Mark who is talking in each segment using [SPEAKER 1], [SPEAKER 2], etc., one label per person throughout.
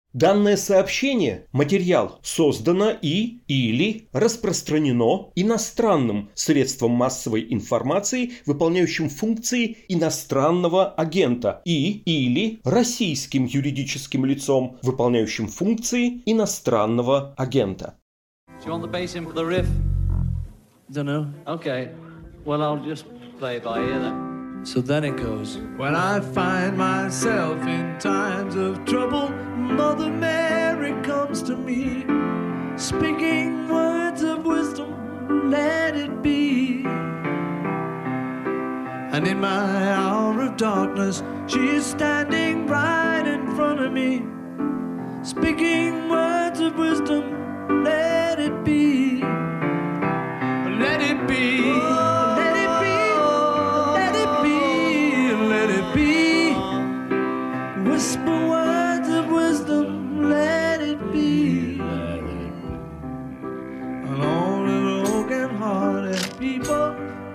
[SPEAKER 1] Данное сообщение, материал, создано или распространено иностранным средством массовой информации, выполняющим функции иностранного агента, или российским юридическим лицом, выполняющим функции иностранного агента.
[SPEAKER 2] Do you want the bass in for the riff?
[SPEAKER 3] Don't know.
[SPEAKER 2] Okay. Well, I'll just play it by ear then.
[SPEAKER 3] So then it goes.
[SPEAKER 4] When I find myself in times of trouble, Mother Mary comes to me, speaking words of wisdom, let it be. And in my hour of darkness, she is standing right in front of me, speaking words of wisdom, let it be. Let it be. Let it be. Let it be. Let it be. Whisper words of wisdom, let it be. And all the broken-hearted people,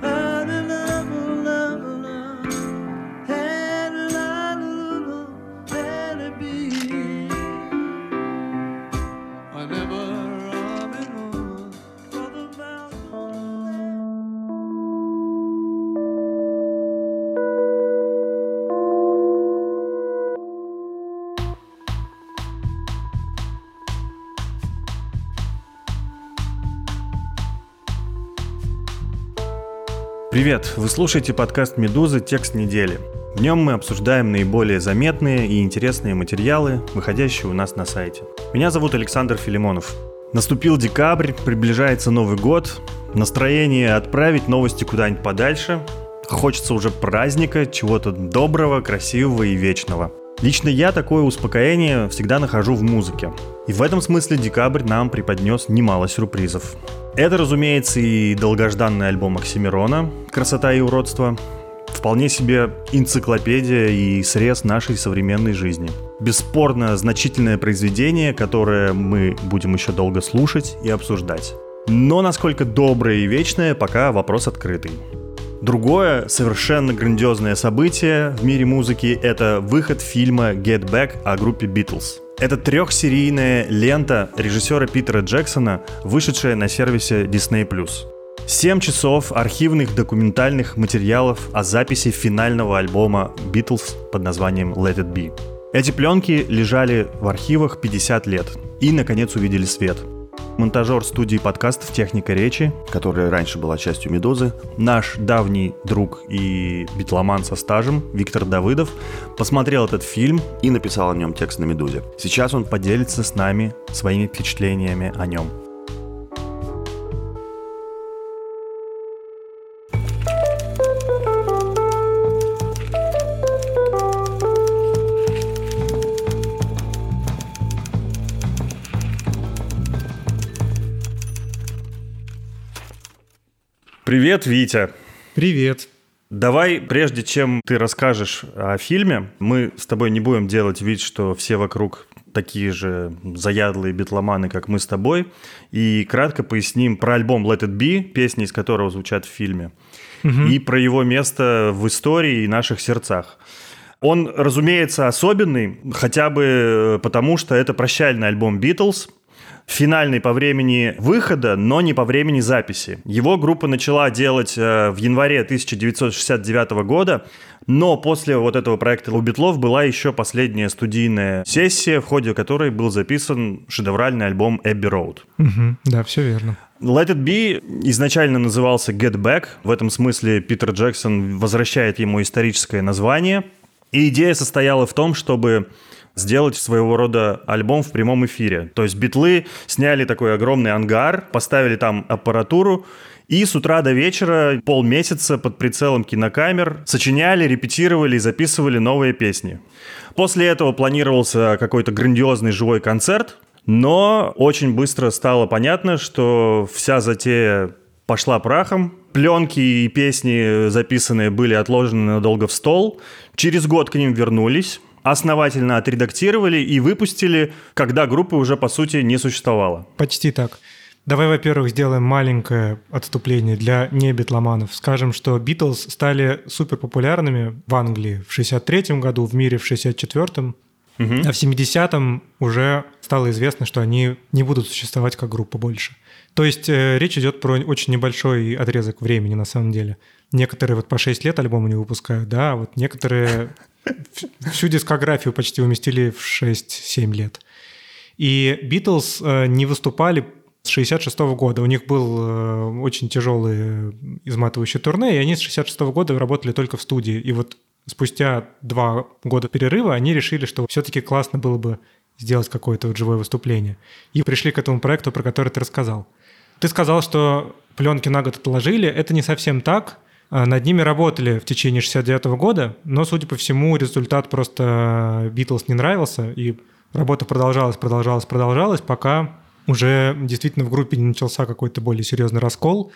[SPEAKER 4] let it be. Whenever I'm in one for the mountain.
[SPEAKER 5] Привет! Вы слушаете подкаст «Медузы. Текст недели». В нем мы обсуждаем наиболее заметные и интересные материалы, выходящие у нас на сайте. Меня зовут Александр Филимонов. Наступил декабрь, приближается Новый год. Настроение отправить новости куда-нибудь подальше. Хочется уже праздника, чего-то доброго, красивого и вечного. Лично я такое успокоение всегда нахожу в музыке. И в этом смысле декабрь нам преподнес немало сюрпризов. Это, разумеется, и долгожданный альбом Оксимирона «Красота и уродство». Вполне себе энциклопедия и срез нашей современной жизни. Бесспорно значительное произведение, которое мы будем еще долго слушать и обсуждать. Но насколько доброе и вечное, пока вопрос открытый. Другое совершенно грандиозное событие в мире музыки – это выход фильма «Get Back» о группе Beatles. Это трехсерийная лента режиссера Питера Джексона, вышедшая на сервисе Disney+. 7 часов архивных документальных материалов о записи финального альбома Beatles под названием Let It Be. Эти пленки лежали в архивах 50 лет и, наконец, увидели свет. Монтажер студии подкастов «Техника речи», которая раньше была частью «Медузы», наш давний друг и битломан со стажем Виктор Давыдов посмотрел этот фильм и написал о нем текст на «Медузе». Сейчас он поделится с нами своими впечатлениями о нем. Привет, Витя.
[SPEAKER 6] Привет.
[SPEAKER 5] Давай, прежде чем ты расскажешь о фильме, мы с тобой не будем делать вид, что все вокруг такие же заядлые битломаны, как мы с тобой, и кратко поясним про альбом Let It Be, песни из которого звучат в фильме, и про его место в истории и наших сердцах. Он, разумеется, особенный, хотя бы потому, что это прощальный альбом Beatles, финальный по времени выхода, но не по времени записи. Его группа начала делать в январе 1969 года, но после вот этого проекта у Битлов была еще последняя студийная сессия, в ходе которой был записан шедевральный альбом Abbey Road.
[SPEAKER 6] Да, все верно.
[SPEAKER 5] Let It Be изначально назывался Get Back. В этом смысле Питер Джексон возвращает ему историческое название. И идея состояла в том, чтобы сделать своего рода альбом в прямом эфире. То есть Битлы сняли такой огромный ангар, поставили там аппаратуру и с утра до вечера полмесяца под прицелом кинокамер сочиняли, репетировали и записывали новые песни. После этого планировался какой-то грандиозный живой концерт, но очень быстро стало понятно, что вся затея пошла прахом. Пленки и песни, записанные, были отложены надолго в стол. Через год к ним вернулись, основательно отредактировали и выпустили, когда группы уже, по сути, не существовало.
[SPEAKER 6] Почти так. Давай, во-первых, сделаем маленькое отступление для небитломанов. Скажем, что Битлз стали суперпопулярными в Англии в 1963 году, в мире в 1964. А в 70-м уже стало известно, что они не будут существовать как группа больше. То есть речь идет про очень небольшой отрезок времени на самом деле. Некоторые вот по 6 лет альбомы не выпускают, да, а вот некоторые всю дискографию почти уместили в 6-7 лет. И Битлз не выступали с 66 года. У них был очень тяжелый изматывающий турне, и они с 66 года работали только в студии. И вот спустя 2 года перерыва они решили, что все-таки классно было бы сделать какое-то вот живое выступление. И пришли к этому проекту, про который ты рассказал. Ты сказал, что пленки на год отложили. Это не совсем так. Над ними работали в течение 69 года, но, судя по всему, результат просто Битлз не нравился, и работа продолжалась, пока уже действительно в группе не начался какой-то более серьезный раскол.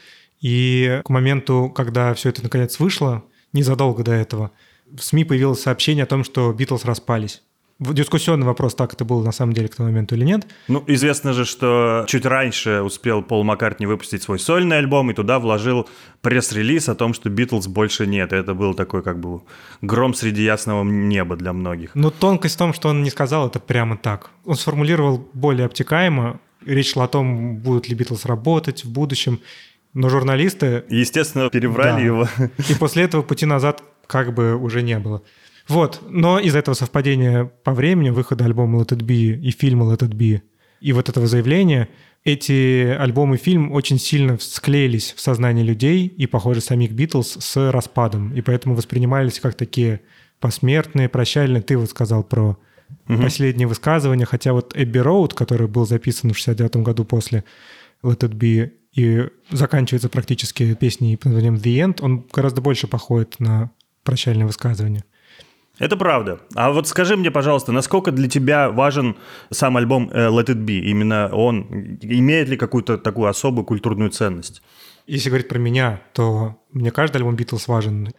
[SPEAKER 6] И к моменту, когда все это наконец вышло, незадолго до этого, в СМИ появилось сообщение о том, что Битлз распались. Дискуссионный вопрос, так это было на самом деле к тому моменту или нет.
[SPEAKER 5] Ну, известно же, что чуть раньше успел Пол Маккартни выпустить свой сольный альбом, и туда вложил пресс-релиз о том, что Битлз больше нет. И это был такой как бы гром среди ясного неба для многих.
[SPEAKER 6] Но тонкость в том, что он не сказал это прямо так. Он сформулировал более обтекаемо. Речь шла о том, будут ли Битлз работать в будущем. Но журналисты...
[SPEAKER 5] Естественно, переврали его.
[SPEAKER 6] И после этого пути назад как бы уже не было. Вот, но из-за этого совпадения по времени выхода альбома Let It Be и фильма Let It Be и вот этого заявления, эти альбом и фильм очень сильно склеились в сознании людей и, похоже, самих Битлз с распадом, и поэтому воспринимались как такие посмертные, прощальные. Ты вот сказал про последние высказывания, хотя вот Эбби Роуд, который был записан в 69-м году после Let It Be и заканчивается практически песней под названием The End, он гораздо больше походит на прощальные высказывания.
[SPEAKER 5] Это правда. А вот скажи мне, пожалуйста, насколько для тебя важен сам альбом Let It Be? Именно он имеет ли какую-то такую особую культурную ценность?
[SPEAKER 6] Если говорить про меня, то мне каждый альбом Битлз важен,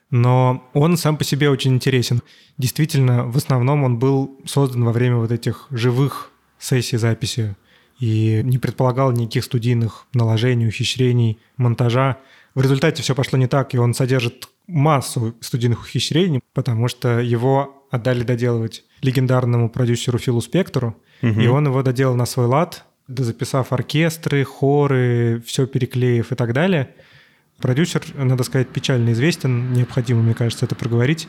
[SPEAKER 6] но он сам по себе очень интересен. Действительно, в основном он был создан во время вот этих живых сессий записи и не предполагал никаких студийных наложений, ухищрений, монтажа. В результате все пошло не так, и он содержит массу студийных ухищрений, потому что его отдали доделывать легендарному продюсеру Филу Спектору, и он его доделал на свой лад, дозаписав оркестры, хоры, все переклеив и так далее. Продюсер, надо сказать, печально известен, необходимо, мне кажется, это проговорить.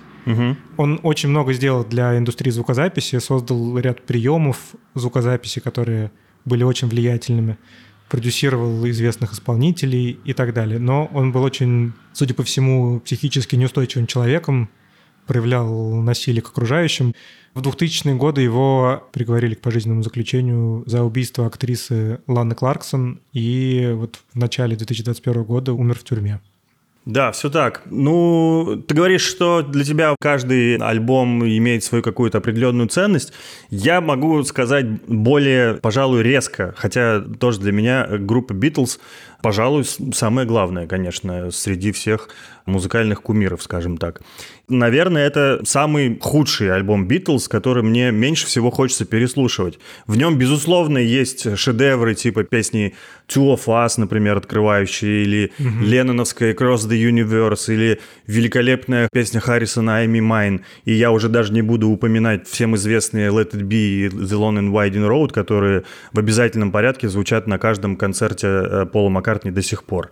[SPEAKER 6] Он очень много сделал для индустрии звукозаписи, создал ряд приемов звукозаписи, которые были очень влиятельными, продюсировал известных исполнителей и так далее. Но он был очень, судя по всему, психически неустойчивым человеком, проявлял насилие к окружающим. В 2000-е годы его приговорили к пожизненному заключению за убийство актрисы Ланы Кларксон, и вот в начале 2021 года умер в тюрьме.
[SPEAKER 5] Да, все так. Ну, ты говоришь, что для тебя каждый альбом имеет свою какую-то определенную ценность. Я могу сказать более, пожалуй, резко, хотя тоже для меня группа Битлз, пожалуй, самое главное, конечно, среди всех музыкальных кумиров, скажем так. Наверное, это самый худший альбом Битлз, который мне меньше всего хочется переслушивать. В нем, безусловно, есть шедевры типа песни Two of Us, например, открывающие, или ленноновская Across the Universe, или великолепная песня Харрисона I'm Mine. И я уже даже не буду упоминать всем известные Let It Be и The Long and Winding Road, которые в обязательном порядке звучат на каждом концерте Пола Маккартни до сих пор.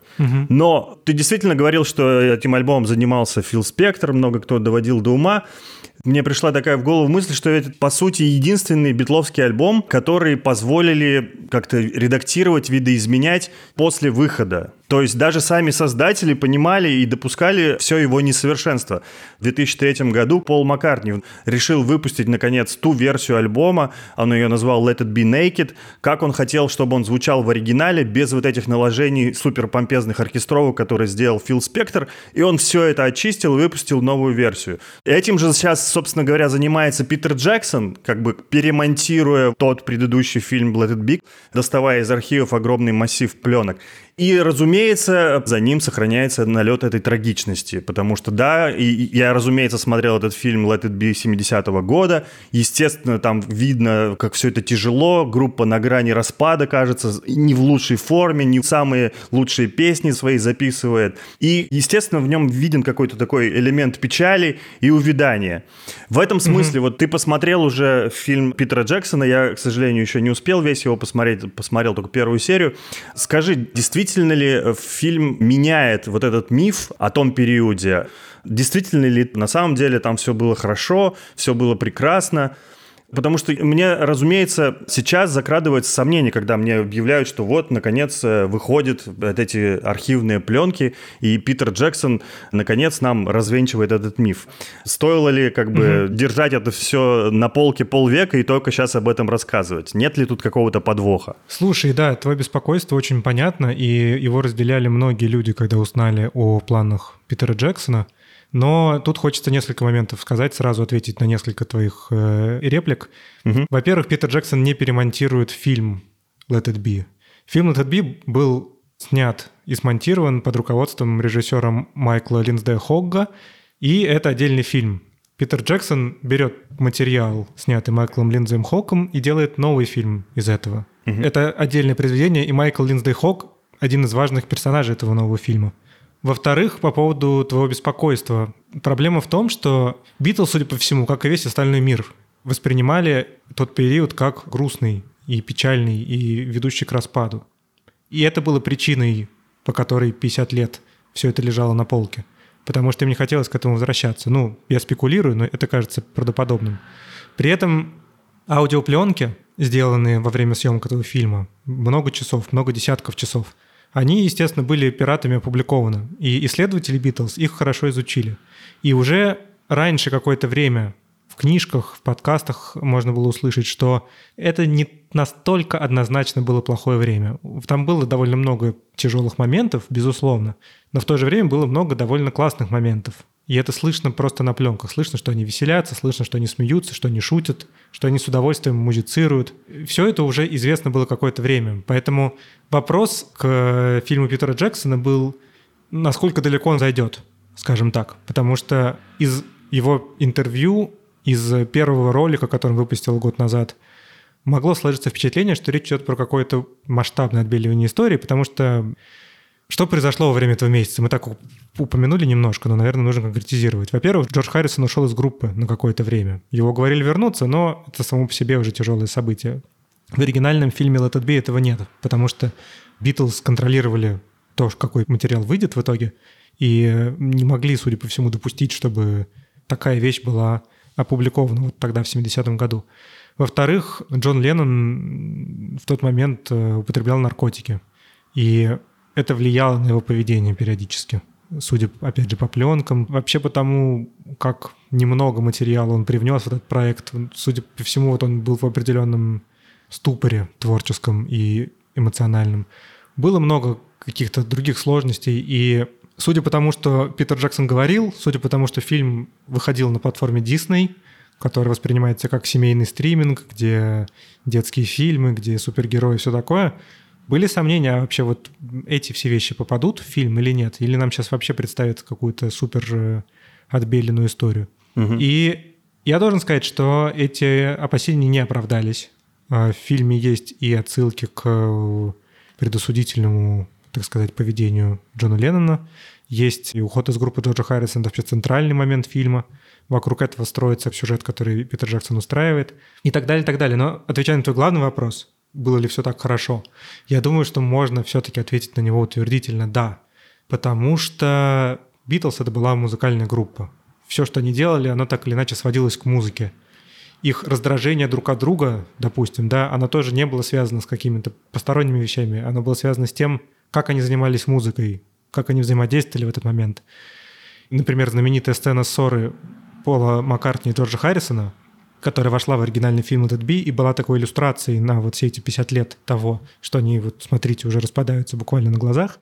[SPEAKER 5] Но ты действительно говорил, что этим альбомом занимался Фил Спектор, много кто доводил до ума. Мне пришла такая в голову мысль, что это, по сути, единственный битловский альбом, который позволили как-то редактировать, видоизменять после выхода. То есть даже сами создатели понимали и допускали все его несовершенство. В 2003 году Пол Маккартни решил выпустить, наконец, ту версию альбома, он ее назвал Let It Be Naked, как он хотел, чтобы он звучал в оригинале, без вот этих наложений суперпомпезных оркестровок, которые сделал Фил Спектор, и он все это очистил и выпустил новую версию. Этим же сейчас, собственно говоря, занимается Питер Джексон, как бы перемонтируя тот предыдущий фильм Let It Be, доставая из архивов огромный массив пленок. И, разумеется, разумеется, за ним сохраняется налет этой трагичности, потому что, да, и я, разумеется, смотрел этот фильм «Let It Be» 70-го года, естественно, там видно, как все это тяжело, группа на грани распада, кажется, не в лучшей форме, не самые лучшие песни свои записывает, и, естественно, в нем виден какой-то такой элемент печали и увядания. В этом смысле, вот ты посмотрел уже фильм Питера Джексона, я, к сожалению, еще не успел весь его посмотреть, посмотрел только первую серию. Скажи, действительно ли фильм меняет вот этот миф о том периоде? Действительно ли на самом деле там все было хорошо, все было прекрасно? Потому что мне, разумеется, сейчас закрадывается сомнение, когда мне объявляют, что вот, наконец, выходят эти архивные пленки, и Питер Джексон, наконец, нам развенчивает этот миф. Стоило ли держать это все на полке полвека и только сейчас об этом рассказывать? Нет ли тут какого-то подвоха?
[SPEAKER 6] Слушай, да, твое беспокойство очень понятно, и его разделяли многие люди, когда узнали о планах Питера Джексона. Но тут хочется несколько моментов сказать, сразу ответить на несколько твоих реплик. Во-первых, Питер Джексон не перемонтирует фильм «Let It Be». Фильм «Let It Be» был снят и смонтирован под руководством режиссера Майкла Линдсея Хогга, и это отдельный фильм. Питер Джексон берет материал, снятый Майклом Линдсеем Хоггом, и делает новый фильм из этого. Это отдельное произведение, и Майкл Линдсей Хогг – один из важных персонажей этого нового фильма. Во-вторых, по поводу твоего беспокойства. Проблема в том, что Битлз, судя по всему, как и весь остальной мир, воспринимали тот период как грустный и печальный, и ведущий к распаду. И это было причиной, по которой 50 лет все это лежало на полке. Потому что им не хотелось к этому возвращаться. Ну, я спекулирую, но это кажется правдоподобным. При этом аудиопленки, сделанные во время съемок этого фильма, много часов, много десятков часов, они, естественно, были пиратами опубликованы. И исследователи Битлз их хорошо изучили. И уже раньше какое-то время в книжках, в подкастах можно было услышать, что это не настолько однозначно было плохое время. Там было довольно много тяжелых моментов, безусловно, но в то же время было много довольно классных моментов. И это слышно просто на пленках. Слышно, что они веселятся, слышно, что они смеются, что они шутят, что они с удовольствием музицируют. Все это уже известно было какое-то время. Поэтому вопрос к фильму Питера Джексона был, насколько далеко он зайдет, скажем так. Потому что из его интервью, из первого ролика, который он выпустил год назад, могло сложиться впечатление, что речь идет про какое-то масштабное отбеливание истории, потому что что произошло во время этого месяца? Мы так упомянули немножко, но, наверное, нужно конкретизировать. Во-первых, Джордж Харрисон ушел из группы на какое-то время. Его говорили вернуться, но это само по себе уже тяжелое событие. В оригинальном фильме «Let It Be» этого нет, потому что Битлз контролировали то, какой материал выйдет в итоге, и не могли, судя по всему, допустить, чтобы такая вещь была опубликована вот тогда, в 70-м году. Во-вторых, Джон Леннон в тот момент употреблял наркотики, и это влияло на его поведение периодически. Судя, опять же, по пленкам. Вообще по тому, как немного материала он привнес в этот проект. Судя по всему, вот он был в определенном ступоре творческом и эмоциональном. Было много каких-то других сложностей. И судя по тому, что Питер Джексон говорил, судя по тому, что фильм выходил на платформе Disney, который воспринимается как семейный стриминг, где детские фильмы, где супергерои и все такое, были сомнения, а вообще вот эти все вещи попадут в фильм или нет? Или нам сейчас вообще представят какую-то супер отбеленную историю? И я должен сказать, что эти опасения не оправдались. В фильме есть и отсылки к предосудительному, так сказать, поведению Джона Леннона. Есть и уход из группы Джорджа Харрисона, это вообще центральный момент фильма. Вокруг этого строится сюжет, который Питер Джексон устраивает. И так далее, и так далее. Но отвечая на твой главный вопрос, было ли все так хорошо? Я думаю, что можно все-таки ответить на него утвердительно «да». Потому что Битлз — это была музыкальная группа. Все, что они делали, оно так или иначе сводилось к музыке. Их раздражение друг от друга, допустим, да, оно тоже не было связано с какими-то посторонними вещами. Оно было связано с тем, как они занимались музыкой, как они взаимодействовали в этот момент. Например, знаменитая сцена ссоры Пола Маккартни и Джорджа Харрисона, которая вошла в оригинальный фильм «Let It Be» и была такой иллюстрацией на вот все эти 50 лет того, что они, вот смотрите, уже распадаются буквально на глазах.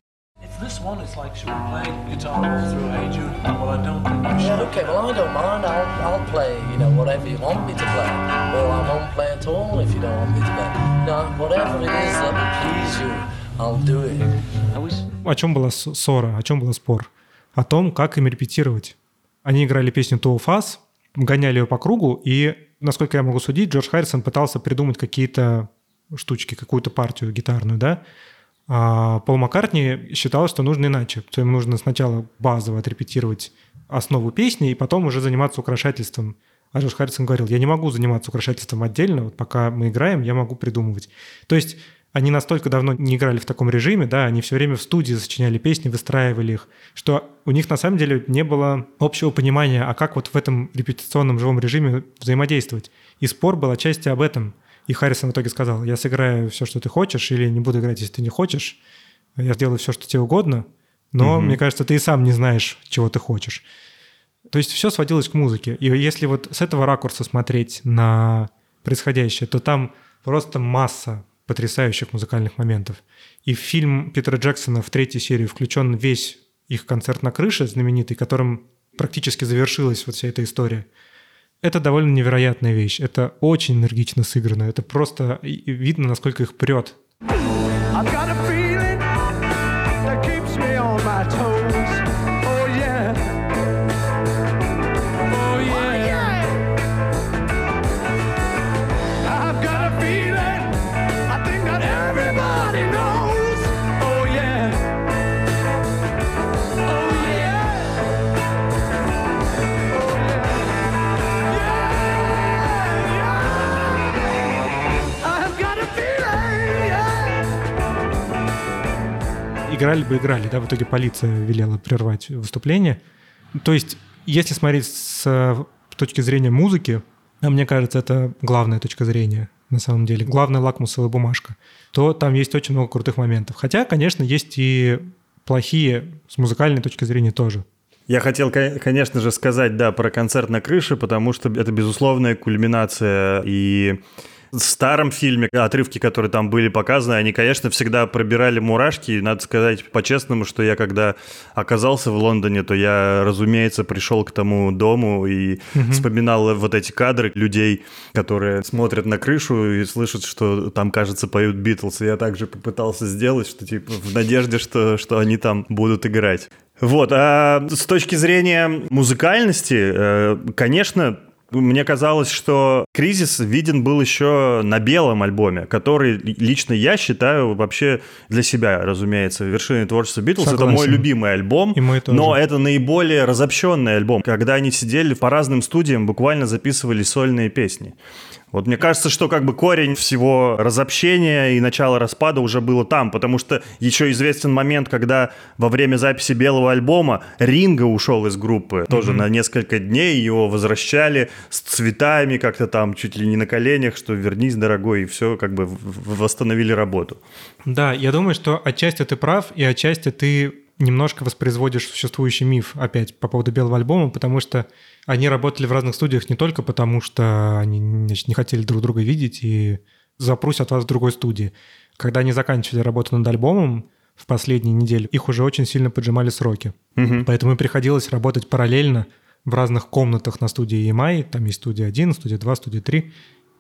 [SPEAKER 2] I'll do it.
[SPEAKER 6] О чем была ссора, о чем был спор? О том, как им репетировать. Они играли песню «Two of Us», гоняли ее по кругу, и, насколько я могу судить, Джордж Харрисон пытался придумать какие-то штучки, какую-то партию гитарную, да? А Пол Маккартни считал, что нужно иначе, что им нужно сначала базово отрепетировать основу песни и потом уже заниматься украшательством. А Джордж Харрисон говорил, я не могу заниматься украшательством отдельно, вот пока мы играем, я могу придумывать. То есть они настолько давно не играли в таком режиме, да, они все время в студии сочиняли песни, выстраивали их, что у них на самом деле не было общего понимания, а как вот в этом репетиционном живом режиме взаимодействовать. И спор был отчасти об этом. И Харрисон в итоге сказал, я сыграю все, что ты хочешь, или не буду играть, если ты не хочешь, я сделаю все, что тебе угодно, но мне кажется, ты и сам не знаешь, чего ты хочешь. То есть все сводилось к музыке. И если вот с этого ракурса смотреть на происходящее, то там просто масса потрясающих музыкальных моментов. И в фильм Питера Джексона в 3-й серии включен весь их концерт на крыше знаменитый, которым практически завершилась вот вся эта история. Это довольно невероятная вещь. Это очень энергично сыграно. Это просто видно, насколько их прет. Играли бы играли, да, в итоге полиция велела прервать выступление. То есть, если смотреть с точки зрения музыки, а мне кажется, это главная точка зрения, на самом деле, главная лакмусовая бумажка, то там есть очень много крутых моментов. Хотя, конечно, есть и плохие с музыкальной точки зрения тоже.
[SPEAKER 5] Я хотел, конечно же, сказать, да, про концерт на крыше, потому что это безусловная кульминация. И в старом фильме отрывки, которые там были показаны, они, конечно, всегда пробирали мурашки. И надо сказать по-честному, что я, когда оказался в Лондоне, то я, разумеется, пришел к тому дому и вспоминал вот эти кадры людей, которые смотрят на крышу и слышат, что там, кажется, поют Битлз. И я также попытался сделать, что типа в надежде, что они там будут играть. Вот, а с точки зрения музыкальности, конечно, мне казалось, что кризис виден был еще на белом альбоме, который лично я считаю вообще для себя, разумеется, вершиной творчества Битлз. Это мой любимый альбом, но это наиболее разобщенный альбом, когда они сидели по разным студиям, буквально записывали сольные песни. Вот мне кажется, что как бы корень всего разобщения и начала распада уже было там, потому что еще известен момент, когда во время записи белого альбома Ринго ушел из группы, тоже на несколько дней, его возвращали с цветами как-то там, чуть ли не на коленях, что вернись, дорогой, и все, как бы восстановили работу.
[SPEAKER 6] Да, я думаю, что отчасти ты прав, и отчасти ты немножко воспроизводишь существующий миф опять по поводу белого альбома, потому что они работали в разных студиях не только потому, что они, значит, не хотели друг друга видеть и запросят вас в другой студии. Когда они заканчивали работу над альбомом в последние недели, их уже очень сильно поджимали сроки. Поэтому им приходилось работать параллельно в разных комнатах на студии EMI. Там есть студия 1, студия 2, студия 3.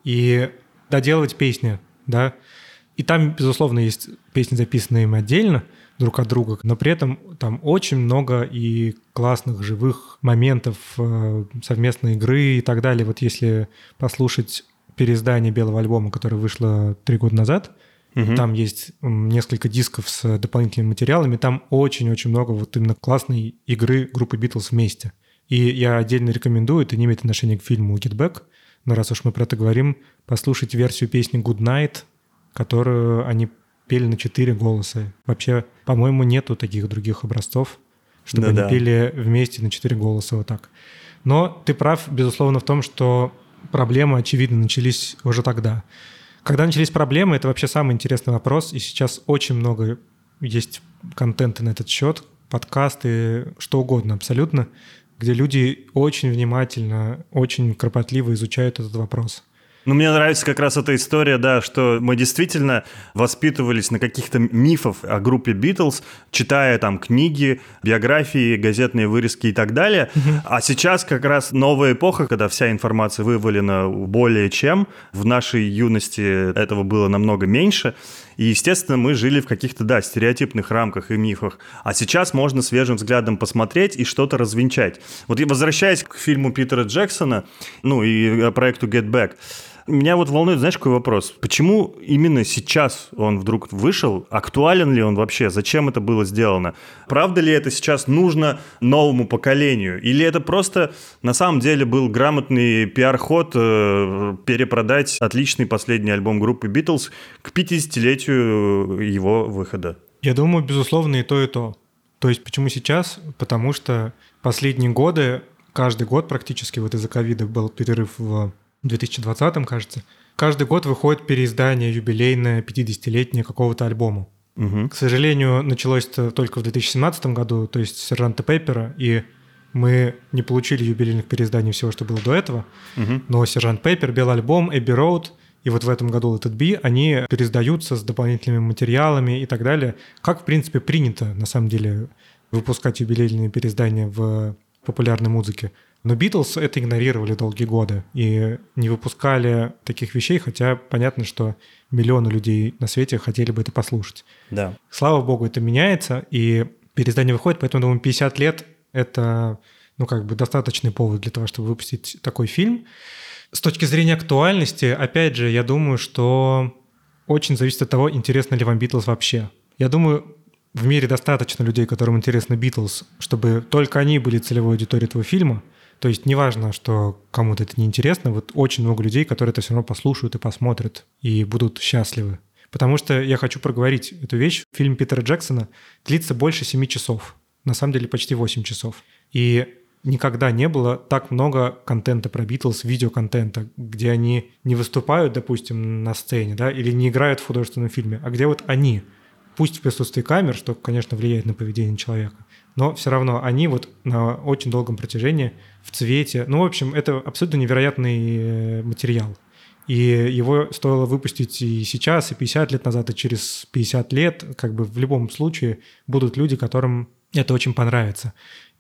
[SPEAKER 6] И доделывать песни, да. И там, безусловно, есть песни, записанные им отдельно, друг от друга, но при этом там очень много и классных живых моментов совместной игры и так далее. Вот если послушать переиздание белого альбома, которое вышло 3 года назад, там есть несколько дисков с дополнительными материалами, там очень-очень много вот именно классной игры группы Битлз вместе. И я отдельно рекомендую, это не имеет отношения к фильму «Get Back», но раз уж мы про это говорим, послушать версию песни «Good Night», которую они пели на 4 голоса. Вообще, по-моему, нету таких других образцов, чтобы они пели вместе на 4 голоса вот так. Но ты прав, безусловно, в том, что проблемы, очевидно, начались уже тогда. Когда начались проблемы, это вообще самый интересный вопрос, и сейчас очень много есть контента на этот счет, подкасты, что угодно абсолютно, где люди очень внимательно, очень кропотливо изучают этот вопрос.
[SPEAKER 5] Ну, мне нравится как раз эта история, да, что мы действительно воспитывались на каких-то мифах о группе Beatles, читая там книги, биографии, газетные вырезки и так далее. А сейчас как раз новая эпоха, когда вся информация вывалена более чем. В нашей юности этого было намного меньше. И, естественно, мы жили в каких-то, да, стереотипных рамках и мифах. А сейчас можно свежим взглядом посмотреть и что-то развенчать. Вот возвращаясь к фильму Питера Джексона, ну и проекту Get Back, меня вот волнует, знаешь, какой вопрос? Почему именно сейчас он вдруг вышел? Актуален ли он вообще? Зачем это было сделано? Правда ли это сейчас нужно новому поколению? Или это просто на самом деле был грамотный пиар-ход перепродать отличный последний альбом группы Beatles к 50-летию его выхода?
[SPEAKER 6] Я думаю, безусловно, и то, и то. То есть почему сейчас? Потому что последние годы, каждый год практически, вот из-за ковида был перерыв в 2020-м, кажется, каждый год выходит переиздание юбилейное 50-летнее какого-то альбома. Угу. К сожалению, началось это только в 2017 году, то есть «Сержанта Пеппера», и мы не получили юбилейных переизданий всего, что было до этого, но «Сержант Пеппер», «Белый альбом», «Эбби Роуд», и вот в этом году «Let It Be», они переиздаются с дополнительными материалами и так далее, как, в принципе, принято, на самом деле, выпускать юбилейные переиздания в популярной музыке. Но Битлз это игнорировали долгие годы и не выпускали таких вещей, хотя понятно, что миллионы людей на свете хотели бы это послушать.
[SPEAKER 5] Да.
[SPEAKER 6] Слава богу, это меняется, и переиздание выходит, поэтому, думаю, 50 лет — это, ну, как бы достаточный повод для того, чтобы выпустить такой фильм. С точки зрения актуальности, опять же, я думаю, что очень зависит от того, интересно ли вам Битлз вообще. Я думаю, в мире достаточно людей, которым интересны Битлз, чтобы только они были целевой аудиторией этого фильма. То есть неважно, что кому-то это неинтересно, вот очень много людей, которые это все равно послушают и посмотрят, и будут счастливы. Потому что я хочу проговорить эту вещь. Фильм Питера Джексона длится больше 7 часов. На самом деле почти 8 часов. И никогда не было так много контента про Битлз, видеоконтента, где они не выступают, допустим, на сцене, да, или не играют в художественном фильме, а где вот они, пусть в присутствии камер, что, конечно, влияет на поведение человека, но все равно они вот на очень долгом протяжении в цвете. Ну, в общем, это абсолютно невероятный материал. И его стоило выпустить и сейчас, и 50 лет назад, и через 50 лет. Как бы в любом случае будут люди, которым это очень понравится.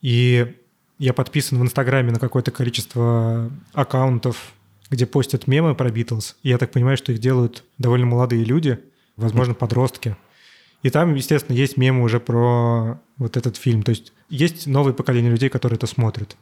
[SPEAKER 6] И я подписан в Инстаграме на какое-то количество аккаунтов, где постят мемы про Битлз. И я так понимаю, что их делают довольно молодые люди, возможно, подростки. И там, естественно, есть мемы уже про вот этот фильм. То есть есть новое поколение людей, которые это смотрят.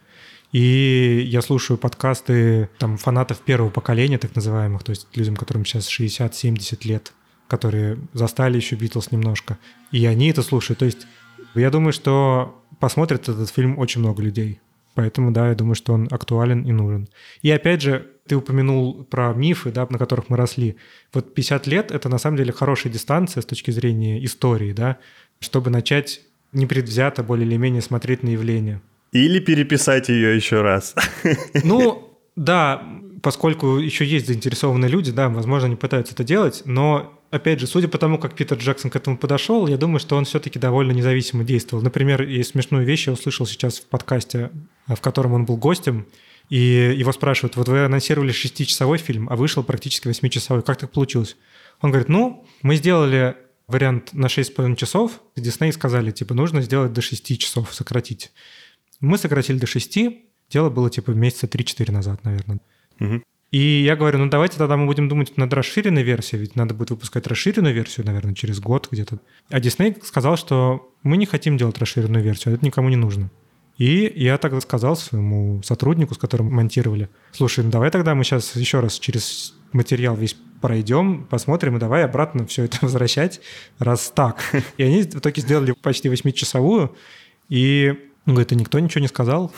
[SPEAKER 6] И я слушаю подкасты там, фанатов первого поколения, так называемых, то есть людям, которым сейчас 60-70 лет, которые застали еще Битлз немножко. И они это слушают. То есть я думаю, что посмотрят этот фильм очень много людей. Поэтому, да, я думаю, что он актуален и нужен. И опять же, ты упомянул про мифы, да, на которых мы росли. Вот 50 лет — это на самом деле хорошая дистанция с точки зрения истории, да, чтобы начать непредвзято более или менее смотреть на явления.
[SPEAKER 5] Или переписать ее еще раз.
[SPEAKER 6] Ну, да, поскольку еще есть заинтересованные люди, да, возможно, они пытаются это делать, но, опять же, судя по тому, как Питер Джексон к этому подошел, я думаю, что он все-таки довольно независимо действовал. Например, есть смешную вещь, я услышал сейчас в подкасте, в котором он был гостем, и его спрашивают: вот вы анонсировали 6-часовой фильм, а вышел практически 8-часовой. Как так получилось? Он говорит: ну, мы сделали вариант на 6,5 часов, Дисней сказали, типа, нужно сделать до 6 часов, сократить. Мы сократили до 6, дело было типа месяца 3-4 назад, наверное. Угу. И я говорю: ну давайте тогда мы будем думать над расширенной версией, ведь надо будет выпускать расширенную версию, наверное, через год где-то. А Дисней сказал, что мы не хотим делать расширенную версию, это никому не нужно. И я тогда сказал своему сотруднику, с которым монтировали: слушай, ну давай тогда мы сейчас еще раз через материал весь пройдем, посмотрим, и давай обратно все это возвращать, раз так. И они в итоге сделали почти 8-часовую, и он говорит: и никто ничего не сказал.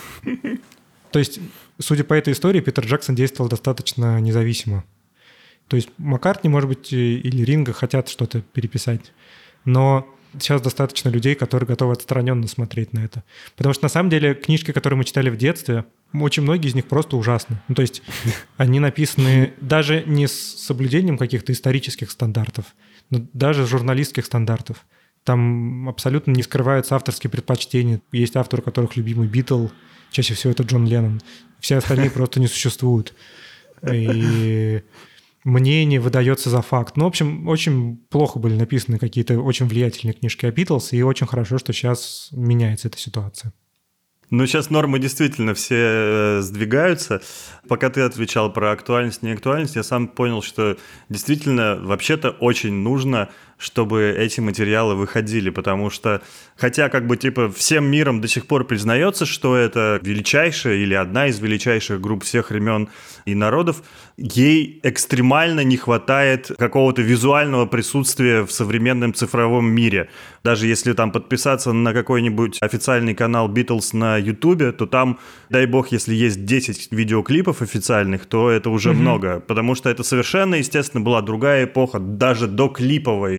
[SPEAKER 6] То есть, судя по этой истории, Питер Джексон действовал достаточно независимо. То есть Маккартни, может быть, или Ринго хотят что-то переписать, но сейчас достаточно людей, которые готовы отстраненно смотреть на это. Потому что, на самом деле, книжки, которые мы читали в детстве, очень многие из них просто ужасны. Ну, то есть они написаны даже не с соблюдением каких-то исторических стандартов, но даже журналистских стандартов. Там абсолютно не скрываются авторские предпочтения. Есть авторы, у которых любимый Битл, чаще всего это Джон Леннон. Все остальные просто не существуют. и мнение выдается за факт. Ну, в общем, очень плохо были написаны какие-то очень влиятельные книжки о Битлз, и очень хорошо, что сейчас меняется эта ситуация.
[SPEAKER 5] Ну, сейчас нормы действительно все сдвигаются. Пока ты отвечал про актуальность, неактуальность, я сам понял, что действительно вообще-то очень нужно, чтобы эти материалы выходили, потому что, хотя как бы типа всем миром до сих пор признается, что это величайшая или одна из величайших групп всех времен и народов, ей экстремально не хватает какого-то визуального присутствия в современном цифровом мире. Даже если там подписаться на какой-нибудь официальный канал Beatles на Ютубе, то там, дай бог, если есть 10 видеоклипов официальных, то это уже много, потому что это совершенно, естественно, была другая эпоха, даже до клиповой.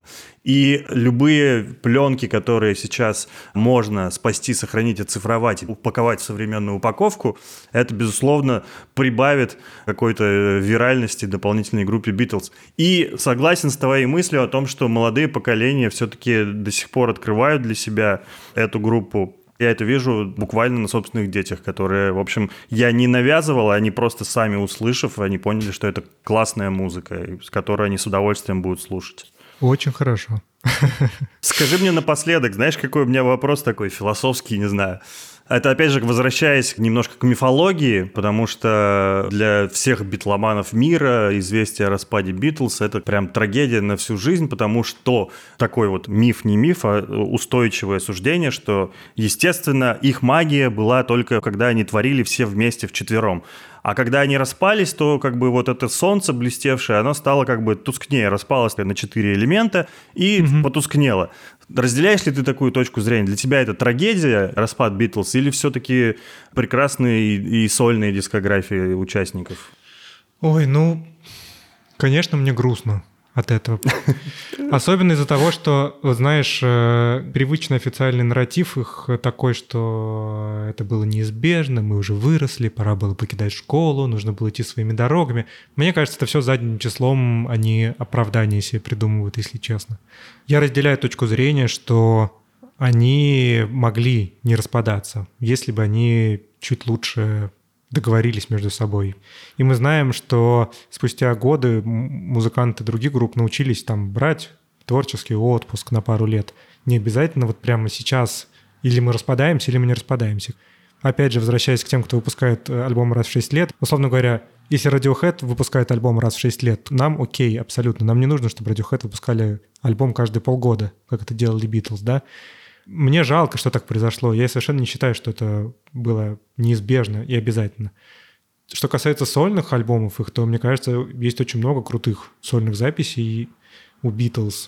[SPEAKER 5] И любые пленки, которые сейчас можно спасти, сохранить, оцифровать, упаковать в современную упаковку, это, безусловно, прибавит какой-то виральности дополнительной группе Beatles. И согласен с твоей мыслью о том, что молодые поколения все-таки до сих пор открывают для себя эту группу. Я это вижу буквально на собственных детях, которые, в общем, я не навязывал, они просто сами услышав, они поняли, что это классная музыка, с которой они с удовольствием будут слушать.
[SPEAKER 6] Очень хорошо.
[SPEAKER 5] Скажи мне напоследок, знаешь, какой у меня вопрос такой философский, не знаю. Это, опять же, возвращаясь немножко к мифологии, потому что для всех битломанов мира известие о распаде Битлз – это прям трагедия на всю жизнь, потому что такой вот миф, не миф, а устойчивое суждение, что, естественно, их магия была только когда они творили все вместе вчетвером. А когда они распались, то как бы вот это солнце блестевшее, оно стало как бы тускнее, распалось на 4 элемента и потускнело. Разделяешь ли ты такую точку зрения? Для тебя это трагедия, распад Битлз, или все-таки прекрасные и сольные дискографии участников?
[SPEAKER 6] Ой, ну, конечно, мне грустно от этого. Особенно из-за того, что, вот знаешь, привычный официальный нарратив их такой, что это было неизбежно, мы уже выросли, пора было покидать школу, нужно было идти своими дорогами. Мне кажется, это все задним числом, они оправдания себе придумывают, если честно. Я разделяю точку зрения, что они могли не распадаться, если бы они чуть лучше договорились между собой. И мы знаем, что спустя годы музыканты других групп научились там брать творческий отпуск на пару лет. Не обязательно вот прямо сейчас или мы распадаемся, или мы не распадаемся. Опять же, возвращаясь к тем, кто выпускает альбом раз в 6 лет, условно говоря, если Radiohead выпускает альбом раз в 6 лет, нам окей, абсолютно. Нам не нужно, чтобы Radiohead выпускали альбом каждые полгода, как это делали Beatles, да? Мне жалко, что так произошло. Я совершенно не считаю, что это было неизбежно и обязательно. Что касается сольных альбомов их, то, мне кажется, есть очень много крутых сольных записей у Beatles.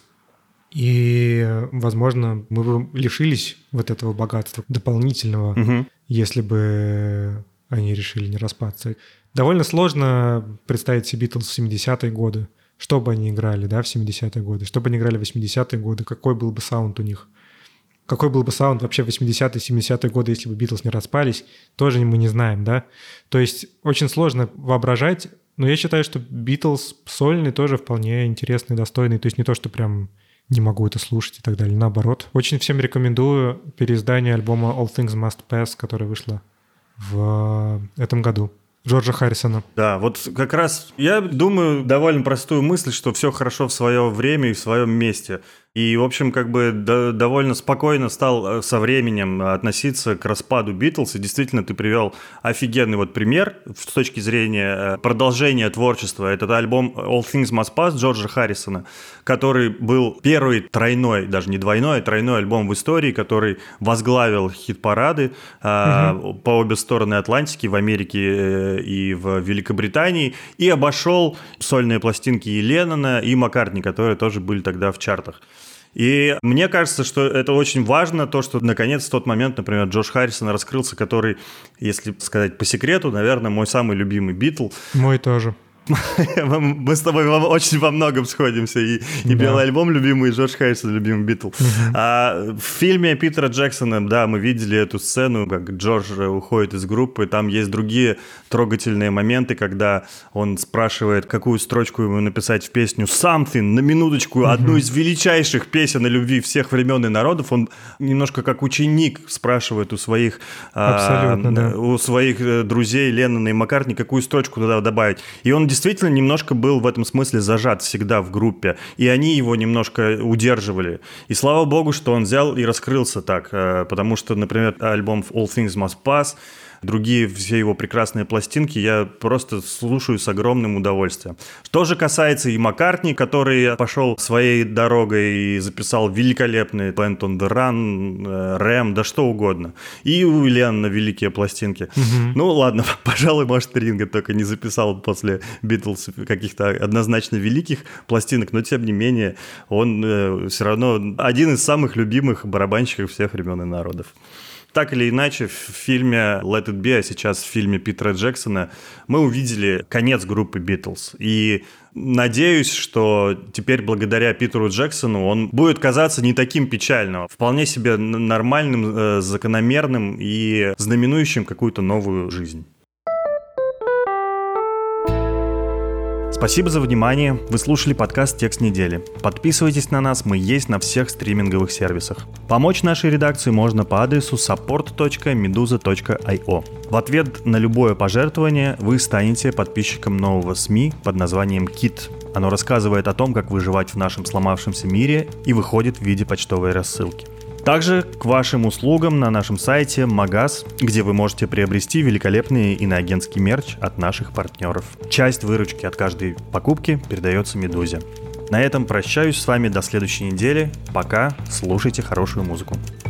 [SPEAKER 6] И, возможно, мы бы лишились вот этого богатства дополнительного, если бы они решили не распаться. Довольно сложно представить себе Beatles в 70-е годы. Что бы они играли, да, в 70-е годы? Что бы они играли в 80-е годы? Какой был бы саунд у них? Какой был бы саунд вообще в 80-е, 70-е годы, если бы Битлз не распались, тоже мы не знаем, да? То есть очень сложно воображать, но я считаю, что Битлз сольный тоже вполне интересный, достойный. То есть не то, что прям не могу это слушать и так далее, наоборот. Очень всем рекомендую переиздание альбома All Things Must Pass, которое вышло в этом году. Джорджа Харрисона.
[SPEAKER 5] Да, вот как раз я думаю довольно простую мысль, что все хорошо в свое время и в своем месте. И, в общем, как бы довольно спокойно стал со временем относиться к распаду Битлз. И действительно, ты привел офигенный вот пример с точки зрения продолжения творчества. Это альбом All Things Must Pass Джорджа Харрисона, который был первый тройной, даже не двойной, а тройной альбом в истории, который возглавил хит-парады по обе стороны Атлантики, в Америке и в Великобритании, и обошел сольные пластинки и Леннона, и Маккартни, которые тоже были тогда в чартах. И мне кажется, что это очень важно, то, что наконец в тот момент, например, Джордж Харрисон раскрылся, который, если сказать по секрету, наверное, мой самый любимый Битл.
[SPEAKER 6] Мой тоже.
[SPEAKER 5] Мы с тобой очень во многом сходимся. И «Белый альбом» любимый, и Джордж Харрисон любимый Битл. В фильме Питера Джексона, да, мы видели эту сцену, как Джордж уходит из группы. Там есть другие трогательные моменты, когда он спрашивает, какую строчку ему написать в песню «Something», на минуточку, одну из величайших песен о любви всех времен и народов. Он немножко как ученик спрашивает у своих друзей Леннона и Маккартни, какую строчку туда добавить. И он действительно немножко был в этом смысле зажат всегда в группе. И они его немножко удерживали. И слава богу, что он взял и раскрылся так. Потому что, например, альбом «All Things Must Pass», другие все его прекрасные пластинки я просто слушаю с огромным удовольствием. Что же касается и Маккартни, который пошел своей дорогой и записал великолепные «Band on the Run», «Рэм», да что угодно. И у Леннона великие пластинки. Ну ладно, пожалуй, может, Ринго только не записал после «Битлз» каких-то однозначно великих пластинок, но тем не менее он все равно один из самых любимых барабанщиков всех времен и народов. Так или иначе, в фильме «Let It Be», а сейчас в фильме Питера Джексона, мы увидели конец группы «Битлз». И надеюсь, что теперь благодаря Питеру Джексону он будет казаться не таким печальным, вполне себе нормальным, закономерным и знаменующим какую-то новую жизнь. Спасибо за внимание. Вы слушали подкаст «Текст недели». Подписывайтесь на нас, мы есть на всех стриминговых сервисах. Помочь нашей редакции можно по адресу support.meduza.io. В ответ на любое пожертвование вы станете подписчиком нового СМИ под названием «Кит». Оно рассказывает о том, как выживать в нашем сломавшемся мире и выходит в виде почтовой рассылки. Также к вашим услугам на нашем сайте Магаз, где вы можете приобрести великолепный иноагентский мерч от наших партнеров. Часть выручки от каждой покупки передается Медузе. На этом прощаюсь с вами до следующей недели. Пока, слушайте хорошую музыку.